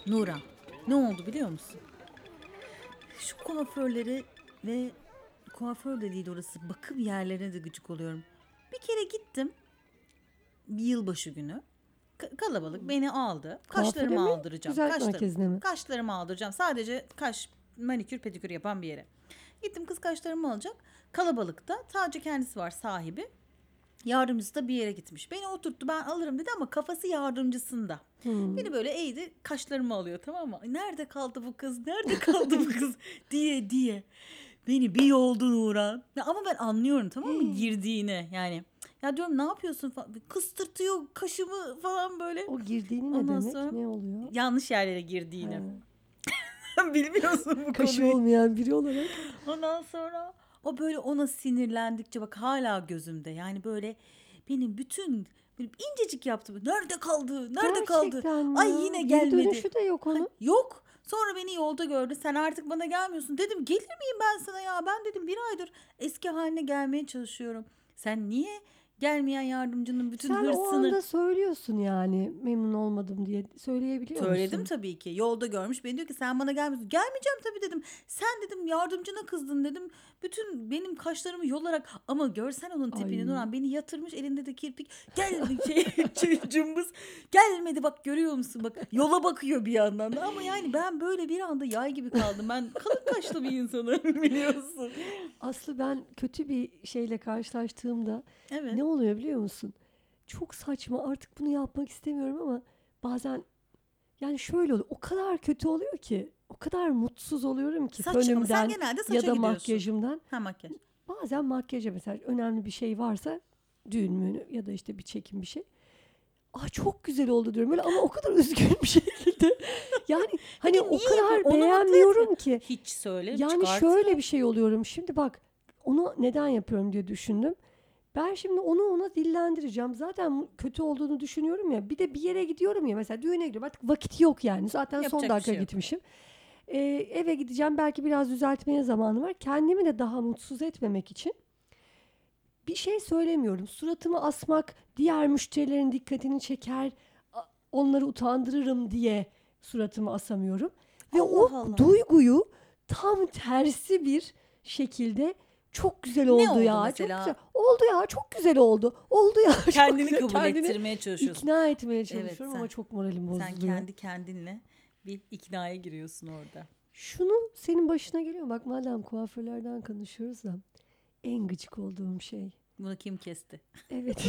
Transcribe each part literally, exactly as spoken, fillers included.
Nuran, ne oldu biliyor musun? Şu kuaförleri ve kuaför de değil orası, bakım yerlerine de gıcık oluyorum. Bir kere gittim bir yılbaşı günü. Ka- kalabalık beni aldı. Kuaföre Kaşlarımı mi? aldıracağım. Güzellik Kaşlarım, merkezine mi? kaşlarımı aldıracağım. Sadece kaş, manikür, pedikür yapan bir yere. Gittim, kız kaşlarımı alacak. Kalabalıkta sadece kendisi var, sahibi. Yardımcısı da bir yere gitmiş. Beni oturttu, ben alırım dedi ama kafası yardımcısında. Hmm. Beni böyle eğdi, kaşlarımı alıyor, tamam mı? Nerede kaldı bu kız? Nerede kaldı bu kız? diye diye. Beni bir yoldu Nuran. Ya ama ben anlıyorum, tamam mı, girdiğini yani. Ya diyorum ne yapıyorsun falan. Kıstırtıyor kaşımı falan böyle. O girdiğini ne Ondan demek? sonra Ne oluyor? yanlış yerlere girdiğini. Ha. Bilmiyorsun bu Kaşı konuyu. olmayan biri olarak. Ondan sonra o böyle ona sinirlendikçe bak hala gözümde. Yani böyle benim bütün böyle incecik yaptı. Nerede kaldı? Nerede kaldı? Gerçekten mi Ay ya? yine Geri gelmedi. dönüşü de yok onun. Ha, yok. Sonra beni yolda gördü. Sen artık bana gelmiyorsun. Dedim gelir miyim ben sana ya? Ben dedim bir aydır eski haline gelmeye çalışıyorum. Sen niye gelmeyen yardımcının bütün Sen o hırsını... anda söylüyorsun yani memnun olmadım diye söyleyebiliyor Söyledim musun? tabii ki. Yolda görmüş. Beni diyor ki sen bana gelmiyorsun. Gelmeyeceğim tabii dedim. Sen dedim yardımcına kızdın dedim. Bütün benim kaşlarımı yolarak, ama görsen onun tipini Ay. Nurhan, beni yatırmış elinde de kirpik. Gel şey, şey cımbız. Gelmedi bak, görüyor musun bak. Yola bakıyor bir yandan da. Ama yani ben böyle bir anda yay gibi kaldım. Ben kalın kaşlı bir insanım biliyorsun. Aslı ben kötü bir şeyle karşılaştığımda Evet. ne oluyor biliyor musun? Çok saçma, artık bunu yapmak istemiyorum ama bazen yani şöyle oluyor. O kadar kötü oluyor ki, o kadar mutsuz oluyorum ki Saç, ama sen fönümden genelde saça ya da gidiyorsun. makyajımdan. Ha, makyaj. Bazen makyaja mesela önemli bir şey varsa, düğün mü ya da işte bir çekim bir şey. Aa çok güzel oldu diyorum böyle ama o kadar üzgün bir şekilde. Yani hani Peki o niye kadar yapıyorsun? Onu mutlu beğenmiyorum ki. Hiç söyle, Yani çıkart. şöyle bir şey oluyorum. Şimdi bak, onu neden yapıyorum diye düşündüm. Ben şimdi onu ona dillendireceğim. Zaten kötü olduğunu düşünüyorum ya. Bir de bir yere gidiyorum ya, mesela düğüne gidiyorum. Artık vakit yok yani. Zaten Yapacak son bir dakika şey yok. gitmişim. Ee, eve gideceğim. Belki biraz düzeltmeye zamanı var. Kendimi de daha mutsuz etmemek için bir şey söylemiyorum. Suratımı asmak diğer müşterilerin dikkatini çeker, a- onları utandırırım diye suratımı asamıyorum. Ve Allah o Allah. duyguyu tam tersi bir şekilde çok güzel Ne oldu oldu ya. mesela? Çok güzel. Oldu ya, çok güzel oldu. Oldu ya. çok Kendini güzel. kabul Kendini ettirmeye çalışıyorsun. ikna etmeye Evet, çalışıyorum sen- ama çok moralim bozuluyor. Sen kendi kendinle bir iknaya giriyorsun orada. Şunu senin başına geliyor. Bak madem kuaförlerden konuşuyoruz da, en gıcık olduğum şey. Bunu kim kesti? Evet.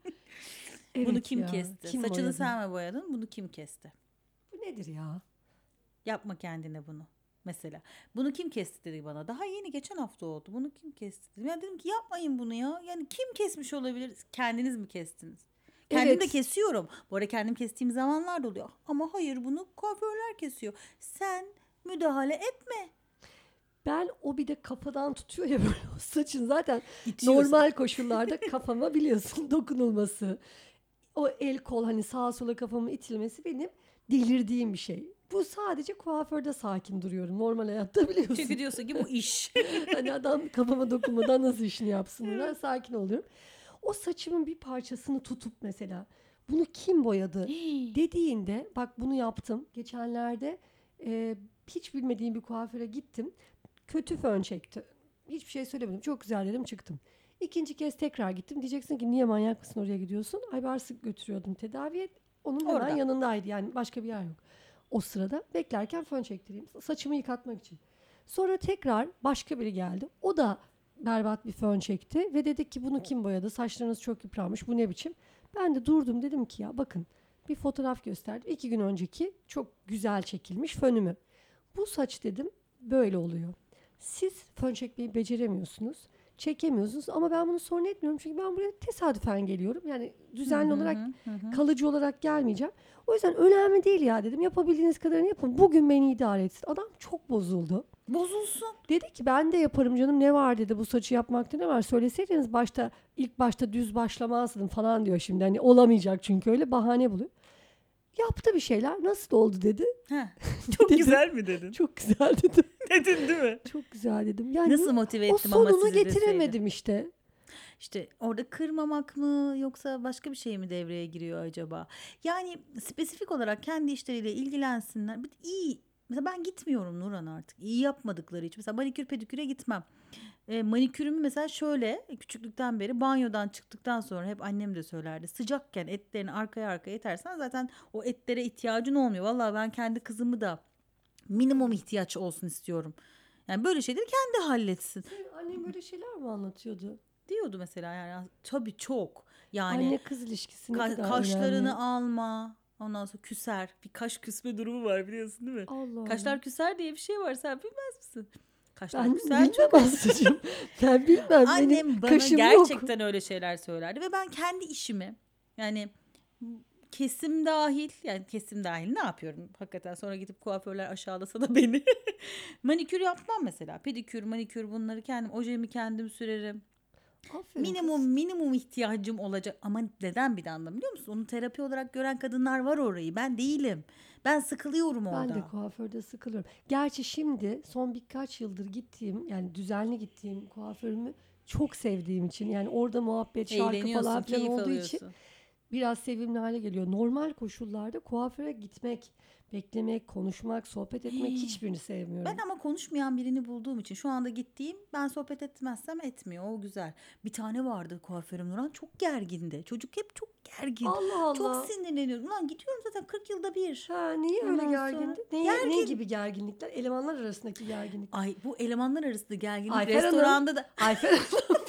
Evet Bunu kim ya. kesti? Kim Saçını boyadı? sen mi boyadın? Bunu kim kesti? Bu nedir ya? Yapma kendine bunu. Mesela bunu kim kesti dedi bana. Daha yeni, geçen hafta oldu. Bunu kim kesti dedim. Ya dedim ki yapmayın bunu ya. Yani kim kesmiş olabilir? Kendiniz mi kestiniz? Kendim Evet. de kesiyorum. Bu arada kendim kestiğim zamanlar da oluyor. Ama hayır, bunu kuaförler kesiyor. Sen müdahale etme. Ben o bir de kafadan tutuyor ya böyle o saçın zaten İtiyorsun. normal koşullarda kafama biliyorsun dokunulması. O el kol hani sağa sola kafamın itilmesi benim delirdiğim bir şey. Bu sadece kuaförde sakin duruyorum. Normal hayatta biliyorsun. Çünkü diyorsun ki bu iş. Hani adam kafama dokunmadan nasıl işini yapsın? Ben sakin oluyorum. O saçımın bir parçasını tutup mesela bunu kim boyadı dediğinde, bak bunu yaptım. Geçenlerde e, hiç bilmediğim bir kuaföre gittim. Kötü fön çekti. Hiçbir şey söylemedim. Çok güzel dedim, çıktım. İkinci kez tekrar gittim. Diyeceksin ki niye manyak mısın oraya gidiyorsun? Aybars'ı götürüyordum tedaviye. Onun hemen Orada. yanındaydı. Yani başka bir yer yok. O sırada beklerken fön çektireyim. Saçımı yıkatmak için. Sonra tekrar başka biri geldi. O da berbat bir fön çekti ve dedi ki bunu kim boyadı? Saçlarınız çok yıpranmış. Bu ne biçim? Ben de durdum, dedim ki ya bakın, bir fotoğraf gösterdim. İki gün önceki çok güzel çekilmiş fönümü. Bu saç dedim böyle oluyor. Siz fön çekmeyi beceremiyorsunuz. Çekemiyorsunuz ama ben bunu sorun etmiyorum. Çünkü ben buraya tesadüfen geliyorum. Yani düzenli olarak, kalıcı olarak gelmeyeceğim. O yüzden önemli değil ya dedim. Yapabildiğiniz kadarını yapın. Bugün beni idare etsin. Adam çok bozuldu. Bozulsun. Dedi ki ben de yaparım canım, ne var dedi, bu saçı yapmakta ne var, söyleseydiniz başta, ilk başta düz başlamazdım falan diyor şimdi. Hani olamayacak çünkü, öyle bahane buluyor. Yaptı bir şeyler, nasıl oldu dedi. Heh. Çok Dedim, güzel mi dedin? Çok güzel dedim. Dedin değil mi? Çok güzel dedim. Yani Nasıl motive o ettim ama sonunu sizi getiremedim deseydim. işte. İşte orada kırmamak mı yoksa başka bir şey mi devreye giriyor acaba? Yani spesifik olarak kendi işleriyle ilgilensinler. Bir- İyi. Mesela ben gitmiyorum Nurhan artık. İyi yapmadıkları için. Mesela manikür pediküre gitmem. E, manikürümü mesela şöyle küçüklükten beri banyodan çıktıktan sonra hep annem de söylerdi. Sıcakken etlerini arkaya arkaya itersen zaten o etlere ihtiyacın olmuyor. Vallahi ben kendi kızımı da minimum ihtiyaç olsun istiyorum. Yani böyle şeyleri kendi halletsin Senin annen böyle şeyler mi anlatıyordu? diyordu mesela yani tabii çok. Yani Anne kız ilişkisi ne ka- kadar kaşlarını önemli. alma. Ondan sonra küser. Bir kaş küsme durumu var biliyorsun değil mi? Allah Allah. Kaşlar küser diye bir şey var. Sen bilmez misin? Kaşlar Ben küser bilmem çok. Aslı'cığım. Ben bilmem. Benim Annem bana kaşım yok. gerçekten öyle şeyler söylerdi ve ben kendi işimi yani kesim dahil yani kesim dahil ne yapıyorum hakikaten sonra gidip kuaförler aşağılasa da beni manikür yapmam mesela pedikür manikür bunları kendim ojemi kendim sürerim. Aferin Minimum kız. minimum ihtiyacım olacak ama neden bir de anlam biliyor musun? Onu terapi olarak gören kadınlar var orayı. Ben değilim. Ben sıkılıyorum Ben de orada. kuaförde sıkılıyorum. Gerçi şimdi son birkaç yıldır gittiğim yani düzenli gittiğim kuaförümü çok sevdiğim için yani orada muhabbet şarkı Eğleniyorsun, falan filan keyif olduğu için alıyorsun. biraz sevimli hale geliyor. Normal koşullarda kuaföre gitmek, beklemek, konuşmak, sohbet etmek Hii. hiçbirini sevmiyorum. Ben ama konuşmayan birini bulduğum için şu anda gittiğim ben sohbet etmezsem etmiyor. O güzel. Bir tane vardı kuaförüm Nurhan çok gergindi. Çocuk hep çok gergin. Allah Çok Allah. sinirleniyorum. Ulan gidiyorum zaten kırk yılda bir. Ha, niye öyle Ondan sonra gergindi? Neye, ne gergin. gibi gerginlikler? Elemanlar arasındaki gerginlik. Ay bu elemanlar arasında gerginlik Ayfer Hanım. restoranda da Ayfer Hanım.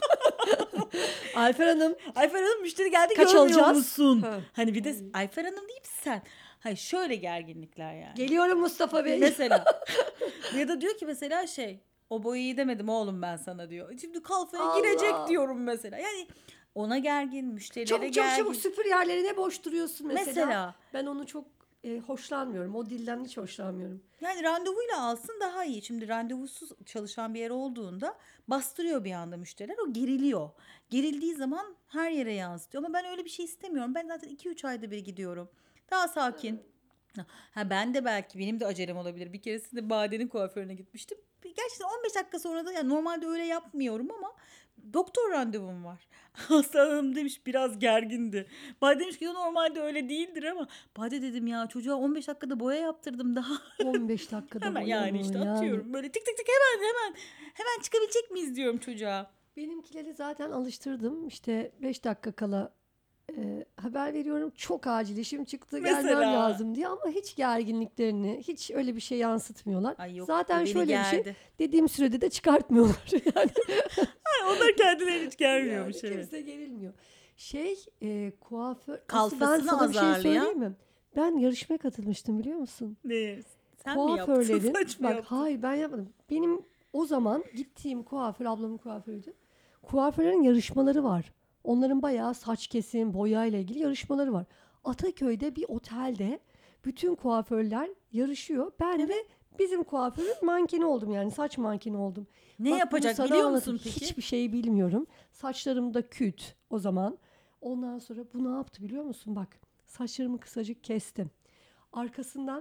Ayfer Hanım. Ayfer Hanım müşteri geldi Kaç görmüyor alacağız? musun? Ha. Hani bir de Ayfer Hanım deyip sen. Hayır şöyle gerginlikler yani. Geliyorum Mustafa Bey. Mesela ya da diyor ki mesela şey o boyayı demedim oğlum ben sana diyor. Şimdi kalfaya Allah. girecek diyorum mesela. Yani ona gergin, müşterilere Çabuk çabuk gergin. çabuk süpür yerlerine boş duruyorsun mesela. Mesela. Ben onu çok e, hoşlanmıyorum. O dilden hiç hoşlanmıyorum. Yani randevuyla alsın daha iyi. Şimdi randevusuz çalışan bir yer olduğunda bastırıyor bir anda müşteriler. O geriliyor. Gerildiği zaman her yere yansıtıyor. Ama ben öyle bir şey istemiyorum. Ben zaten iki üç ayda bir gidiyorum. Daha sakin. Ha ben de belki benim de acelem olabilir. Bir keresinde Bade'nin kuaförüne gitmiştim. Gerçekten on beş dakika sonra da yani normalde öyle yapmıyorum ama doktor randevum var. Hasta hanım demiş biraz gergindi. Bade demiş ki "Ya normalde öyle değildir ama Bade dedim ya çocuğa on beş dakikada boya yaptırdım daha. on beş dakikada Hemen boya yani mı? işte Yani. atıyorum böyle tık tık tık hemen hemen hemen çıkabilecek miyiz diyorum çocuğa. Benimkileri zaten alıştırdım. İşte beş dakika kala e, haber veriyorum. Çok acil işim çıktı. Gelmem Mesela. lazım diye ama hiç gerginliklerini, hiç öyle bir şey yansıtmıyorlar. Ay yok Zaten bu beni şöyle bir şey, gerdi. dediğim sürede de çıkartmıyorlar. Yani, Ay, onlar kendileri hiç gelmiyormuş yani evet. kimse gerilmiyor. Şey, e, kuaför... Aslı ben Kalfasını sana bir şey azarlayan. söyleyeyim mi? Ben yarışmaya katılmıştım biliyor musun? Ne? Sen mi yaptın Kuaförlerin, saç mı bak yaptın? hayır ben yapmadım. Benim o zaman gittiğim kuaför, ablamın kuaförüydü. Kuaförlerin yarışmaları var. Onların bayağı saç kesim, boya ile ilgili yarışmaları var. Ataköy'de bir otelde bütün kuaförler yarışıyor. Ben de bizim kuaförün mankeni oldum yani saç mankeni oldum. Ne Bak, bunu yapacak sana biliyor anlatayım. musun peki? Hiçbir şey bilmiyorum. Saçlarım da küt o zaman. Ondan sonra bu ne yaptı biliyor musun? Bak saçlarımı kısacık kestim. Arkasından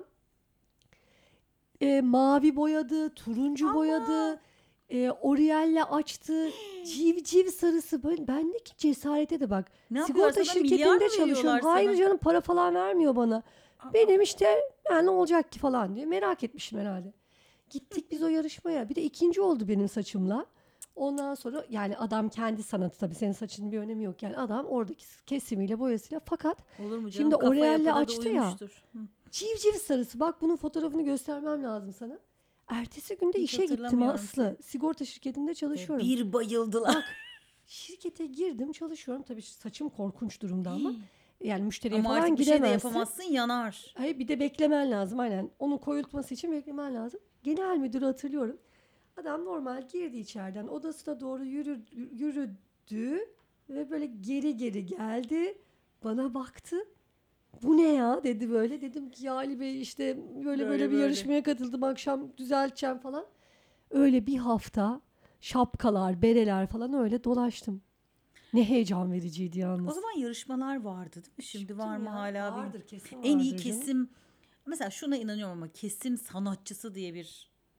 e, mavi boyadı, turuncu boyadı, e, Oriel'le açtı, civciv sarısı. Ben, bendeki cesarete de bak. Ne yapıyorlar Sigorta sana, milyar mı şirketinde çalışıyorum. veriyorlar Hayır sana? canım para falan vermiyor bana. Benim işte ben ne olacak ki falan diye merak etmişim herhalde. Gittik biz o yarışmaya. Bir de ikinci oldu benim saçımla. Ondan sonra yani adam kendi sanatı tabii senin saçının bir önemi yok. Yani adam oradaki kesimiyle boyasıyla fakat Olur mu canım? şimdi Kafa L'Oreal'le yapıda da açtı ya. uymuştur. Hı. Civciv sarısı. Bak bunun fotoğrafını göstermem lazım sana. Ertesi günde Hiç işe gittim hatırlamıyorum Aslı. Sigorta şirketinde Ve çalışıyorum. bir bayıldılar. Bak şirkete girdim çalışıyorum. Tabii saçım korkunç durumda ama. Yani müşteriye Ama falan artık bir şey de gidemezsin. yapamazsın yanar. Hayır bir de beklemen lazım aynen. Onun koyultması için beklemen lazım. Genel müdürü hatırlıyorum. Adam normal girdi içeriden. Odasına doğru yürü, yürüdü. Ve böyle geri geri geldi. Bana baktı. Bu ne ya dedi böyle. Dedim ki ya Ali Bey işte böyle böyle, Böyle bir böyle. yarışmaya katıldım. Akşam düzelteceğim falan. Öyle bir hafta şapkalar, bereler falan öyle dolaştım. Ne heyecan vericiydi yalnız. O zaman yarışmalar vardı değil mi? Şimdi var mı ya, hala bilmiyorum. vardır, kesin En iyi vardır canım. kesim mesela şuna inanıyorum ama kesim sanatçısı diye bir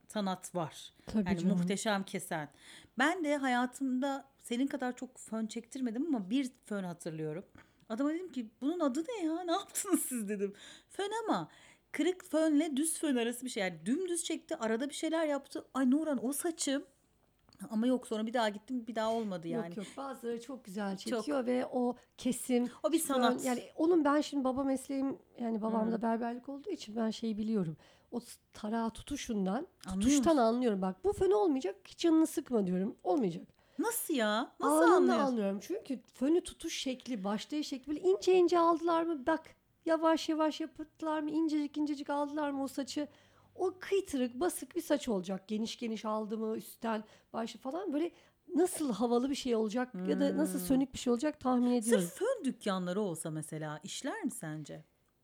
sanat var. Tabii Yani canım. muhteşem kesen. Ben de hayatımda senin kadar çok fön çektirmedim ama bir fön hatırlıyorum. Adama dedim ki bunun adı ne ya? Ne yaptınız siz dedim. Fön ama kırık fönle düz fön arası bir şey. Yani dümdüz çekti, arada bir şeyler yaptı. Ay Nuran, o saçım. Ama yok, sonra bir daha gittim, bir daha olmadı yani. Yok yok, bazıları çok güzel Çok. çekiyor ve o kesim O bir fön, sanat. yani onun, ben şimdi baba mesleğim, yani babam Hmm. da berberlik olduğu için ben şeyi biliyorum. O s- tarağı tutuşundan, Anlıyor tutuştan musun? anlıyorum. Bak bu fön olmayacak, hiç canını sıkma diyorum. Olmayacak. Nasıl ya? Nasıl Anında anlıyorsun? anlıyorum. Çünkü fönü tutuş şekli, başlayış şekli, böyle ince ince aldılar mı? Bak yavaş yavaş yaptılar mı? İncecik incecik aldılar mı o saçı? O kıytırık, basık bir saç olacak. Geniş geniş aldı mı üstten, başı falan, böyle nasıl havalı bir şey olacak ya da nasıl Hmm. sönük bir şey olacak tahmin ediyorum. Sırf fön dükkanları olsa mesela işler mi sence?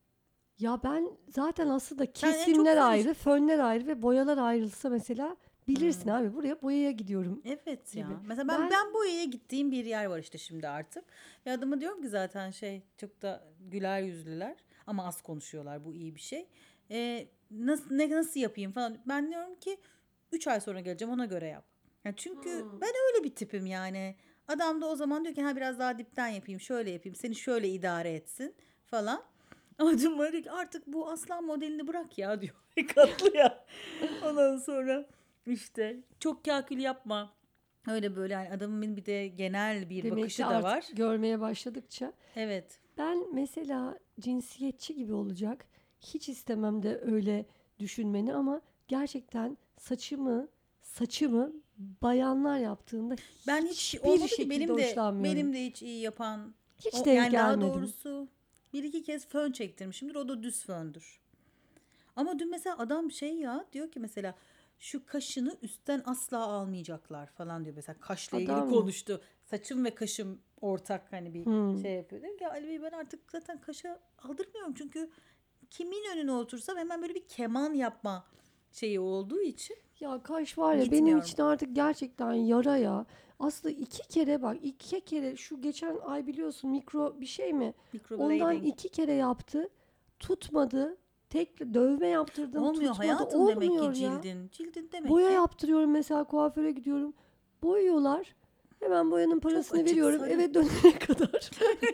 Ya ben zaten aslında Ben en çok kesimler fön iş- ayrı, fönler ayrı ve boyalar ayrılsa mesela bilirsin Hmm. abi, buraya boyaya gidiyorum. Evet ya. Gibi. Mesela ben Ben- ben boyaya gittiğim bir yer var işte şimdi artık. Ve adama diyorum ki zaten şey, çok da güler yüzlüler ama az konuşuyorlar, bu iyi bir şey. Ee, nasıl ne nasıl yapayım falan. Ben diyorum ki üç ay sonra geleceğim, ona göre yap. Ya çünkü Hmm. ben öyle bir tipim yani. Adam da o zaman diyor ki ha biraz daha dipten yapayım, şöyle yapayım, seni şöyle idare etsin falan. Ama dün bana diyor ki artık bu aslan modelini bırak ya diyor. Katlı ya. Ondan sonra işte çok kakül yapma. Öyle böyle yani, adamın bir de genel bir Demek bakışı ki da artık var. görmeye başladıkça. Evet. Ben mesela cinsiyetçi gibi olacak. Hiç istemem de öyle düşünmeni, ama gerçekten saçımı saçımı bayanlar yaptığında Ben hiç hiçbir olmadı ki, şekilde benim de hoşlanmıyorum. benim de hiç iyi yapan Hiç o, denk yani daha gelmedim. doğrusu bir iki kez fön çektirmişimdir. O da düz föndür. Ama dün mesela adam şey ya, diyor ki mesela şu kaşını üstten asla almayacaklar falan diyor. Mesela kaşla ilgili Adam mı? konuştu. Saçım ve kaşım ortak hani bir Hmm. şey yapıyor. Dedim ki Ali Bey, ben artık zaten kaşa aldırmıyorum. Çünkü kimin önüne otursam hemen böyle bir keman yapma şeyi olduğu için Ya kaş var ya, benim gitmiyorum. için artık gerçekten yara ya. Aslında iki kere, bak iki kere, şu geçen ay biliyorsun mikro bir şey mi? Ondan Microblading. iki kere yaptı. Tutmadı. Tek dövme yaptırdım, Olmuyor tutmadı. hayatım, demek ki Olmuyor ya. cildin. Cildin demek Boya ki yaptırıyorum mesela, kuaföre gidiyorum. Boyuyorlar. Hemen boyanın parasını açık veriyorum sarı. eve dönene kadar.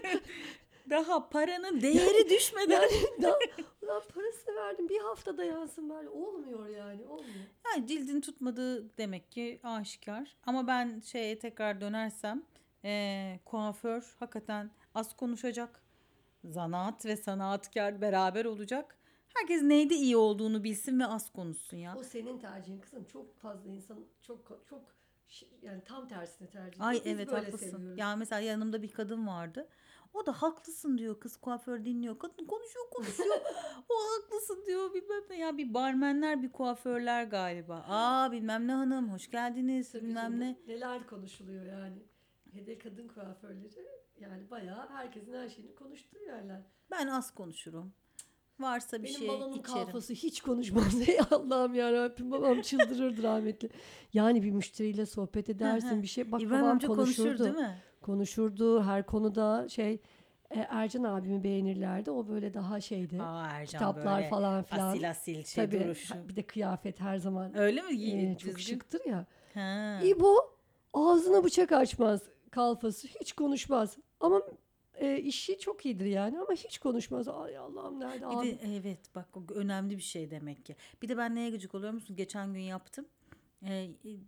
daha paranın değeri düşmeden. Yani daha, ulan parasını verdim, bir haftada yansın bari. Olmuyor yani, olmuyor. Yani cildin tutmadığı demek ki aşikar. Ama ben şeye tekrar dönersem eee, kuaför hakikaten az konuşacak. Zanaat ve sanaatkar beraber olacak. Herkes neyde iyi olduğunu bilsin ve az konuşsun ya. O senin tercihin kızım. Çok fazla insan çok çok şey- yani tam tersine tercih ediyor. Ay Biz evet, böyle haklısın. seviyoruz. Ya mesela yanımda bir kadın vardı. O da haklısın diyor, kız kuaför dinliyor. Kadın konuşuyor konuşuyor. O haklısın diyor, bilmem ne. Ya bir barmenler bir kuaförler galiba. Aa bilmem ne hanım, hoş geldiniz, Tabii bilmem canım, ne. neler konuşuluyor yani. Hele kadın kuaförleri yani bayağı herkesin her şeyini konuştuğu yerler. Ben az konuşurum. Varsa bir Benim şey babamın içerim. kalfası hiç konuşmaz. Ey Allah'ım yarabbim, babam çıldırırdı rahmetli. Yani bir müşteriyle sohbet edersin, bir şey. Bak İbrahim babam amca konuşur konuşurdu. değil mi? Konuşurdu her konuda, şey e, Ercan abimi beğenirlerdi. O böyle daha şeydi. Aa Ercan Kitaplar böyle falan filan. asil asil şey Tabii duruşu. ha- bir de kıyafet her zaman Öyle mi? e, İyi, çok düzgün. şıktır ya. Ha. İbo ağzına bıçak açmaz, kalfası hiç konuşmaz. Ama e, işi çok iyidir yani, ama hiç konuşmaz. Ay Allah'ım, nerede Bir abi? de evet bak, o önemli bir şey demek ki. Bir de ben neye gıcık oluyor musun? Geçen gün yaptım. Ee,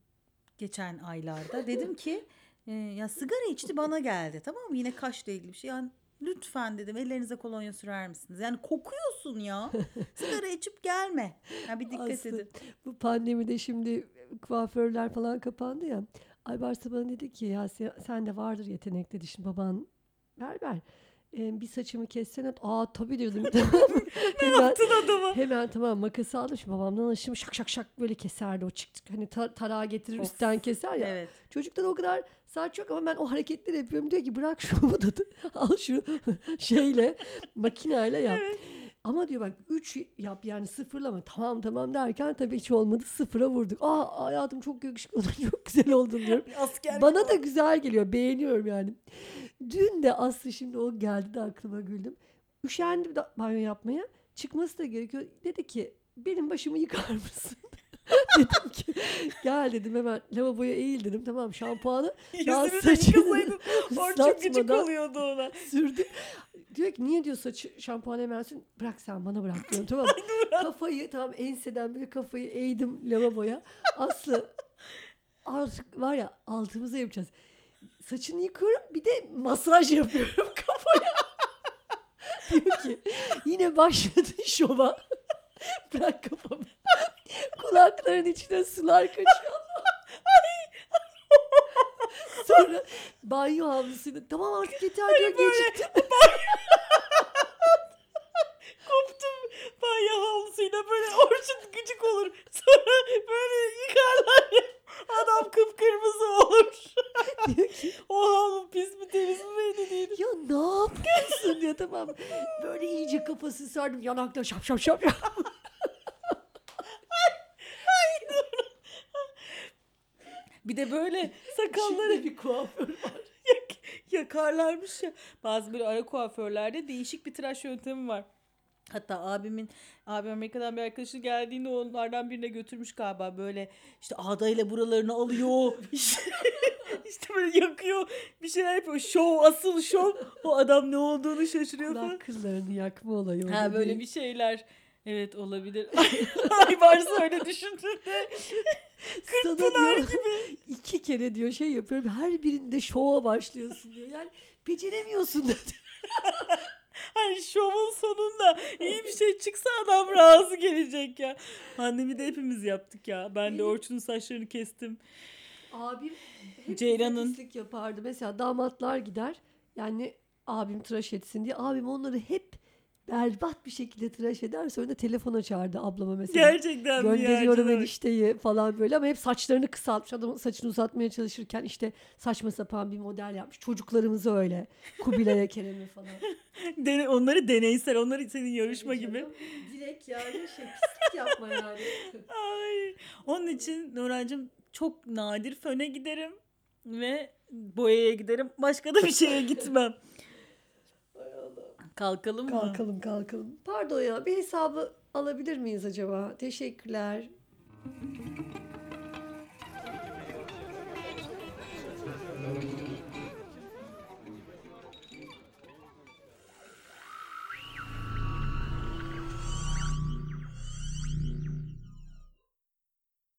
geçen aylarda dedim ki e, ya sigara içti, bana geldi, tamam mı? Yine kaşla ilgili bir şey. Yani lütfen dedim, ellerinize kolonya sürer misiniz? Yani kokuyorsun ya. Sigara içip gelme. Ya bir dikkat Aslı, edin. bu pandemide şimdi kuaförler falan kapandı ya. Aybars da bana dedi ki ya sen, sen de vardır yetenek dedi. Şimdi baban berber. Ee, bir saçımı kessene. Aa tabii dedim. hemen, Yaptın adamı. hemen tamam, makası aldım. Şimdi babamdan alışım, şak şak şak böyle keserdi. O çık çık hani tar- tarağı getirir Of. üstten keser ya. Evet. Çocuklar o kadar saç yok ama ben o hareketleri yapıyorum. Diyor ki bırak şunu dedi. Al şu şeyle, makineyle yap. Ama diyor bak üç yap yani, sıfırlama. Tamam tamam derken tabii hiç olmadı, sıfıra vurduk. Aa hayatım çok yakışıklı oldun, çok güzel oldun diyorum. Bir asker Bana gibi da oldu. güzel geliyor, beğeniyorum yani. Dün de Aslı, şimdi o geldi de aklıma, güldüm. Üşendim de banyo yapmaya. Çıkması da gerekiyor. Dedi ki benim başımı yıkar mısın? Dedim ki gel dedim hemen lavaboya eğil dedim. Tamam şampuanı daha Yüzünü de saçını yıkasaydın. Orçun gıcık ıslatmadan oluyordu ona. sürdüm. Diyor ki niye diyor saçı şampuanı hemen sür. Bırak sen bana bırak diyorum tamam mı? Kafayı tam enseden böyle kafayı eğdim lavaboya. Aslı artık var ya altımıza yapacağız. Saçını yıkıyorum bir de masaj yapıyorum kafaya. Diyor ki yine başladı şova. Bırak kafamı. Kulakların içine sular kaçıyor. Sonra banyo havlusuyla tamam artık yeter diyor geciktim. Koptum banyo havlusuyla böyle Orçun gıcık olur. Sonra böyle yıkarlar ya. Adam kıpkırmızı olur. Diyor ki O havlu pis mi temiz mi belli değil. ya ne yapıyorsun diyor tamam. Böyle iyice kafasını sardım yanakla şap şap şap. şap. Bir de böyle sakalları İçinde bir kuaför var. yak- yakarlarmış ya. Bazı böyle ara kuaförlerde değişik bir tıraş yöntemi var. Hatta abimin abi Amerika'dan bir arkadaşı geldiğinde onlardan birine götürmüş galiba böyle işte ağdayla buralarını alıyor. İşte, işte böyle yakıyor. Bir şeyler yapıyor. Şov asıl şov. O adam ne olduğunu şaşırıyor falan. Kulak kıllarını yakma olayı. Ha orada böyle değil. bir şeyler. Evet olabilir. Ay varsa öyle düşündüğünde. Sana diyor iki kere diyor şey yapıyorum her birinde şova başlıyorsun diyor. Yani beceremiyorsun dedi. Hani şovun sonunda iyi bir şey çıksa adam razı gelecek ya. Annemi de hepimiz yaptık ya. Ben de Benim- Orçun'un saçlarını kestim. Abim hep Ceylan'ın- pislik yapardı. Mesela damatlar gider. Yani abim tıraş etsin diye. Abim onları hep berbat bir şekilde tıraş eder. Sonra da telefon açardı ablama mesela. Gerçekten mi ya? Gönderiyorum Canım? enişteyi falan böyle ama hep saçlarını kısaltmış. Adamın saçını uzatmaya çalışırken işte saçma sapan bir model yapmış. Çocuklarımızı öyle. Kubilay'a Kerem'i falan. Dene- onları deneysel, onları senin yarışma Tabii gibi. canım, direkt yani şey pislik yapma yani. Ay. Onun için Nurhancığım çok nadir föne giderim ve boyaya giderim. Başka da bir şeye gitmem. Hay Allah. Kalkalım mı? Kalkalım kalkalım. Pardon ya bir hesabı alabilir miyiz acaba? Teşekkürler.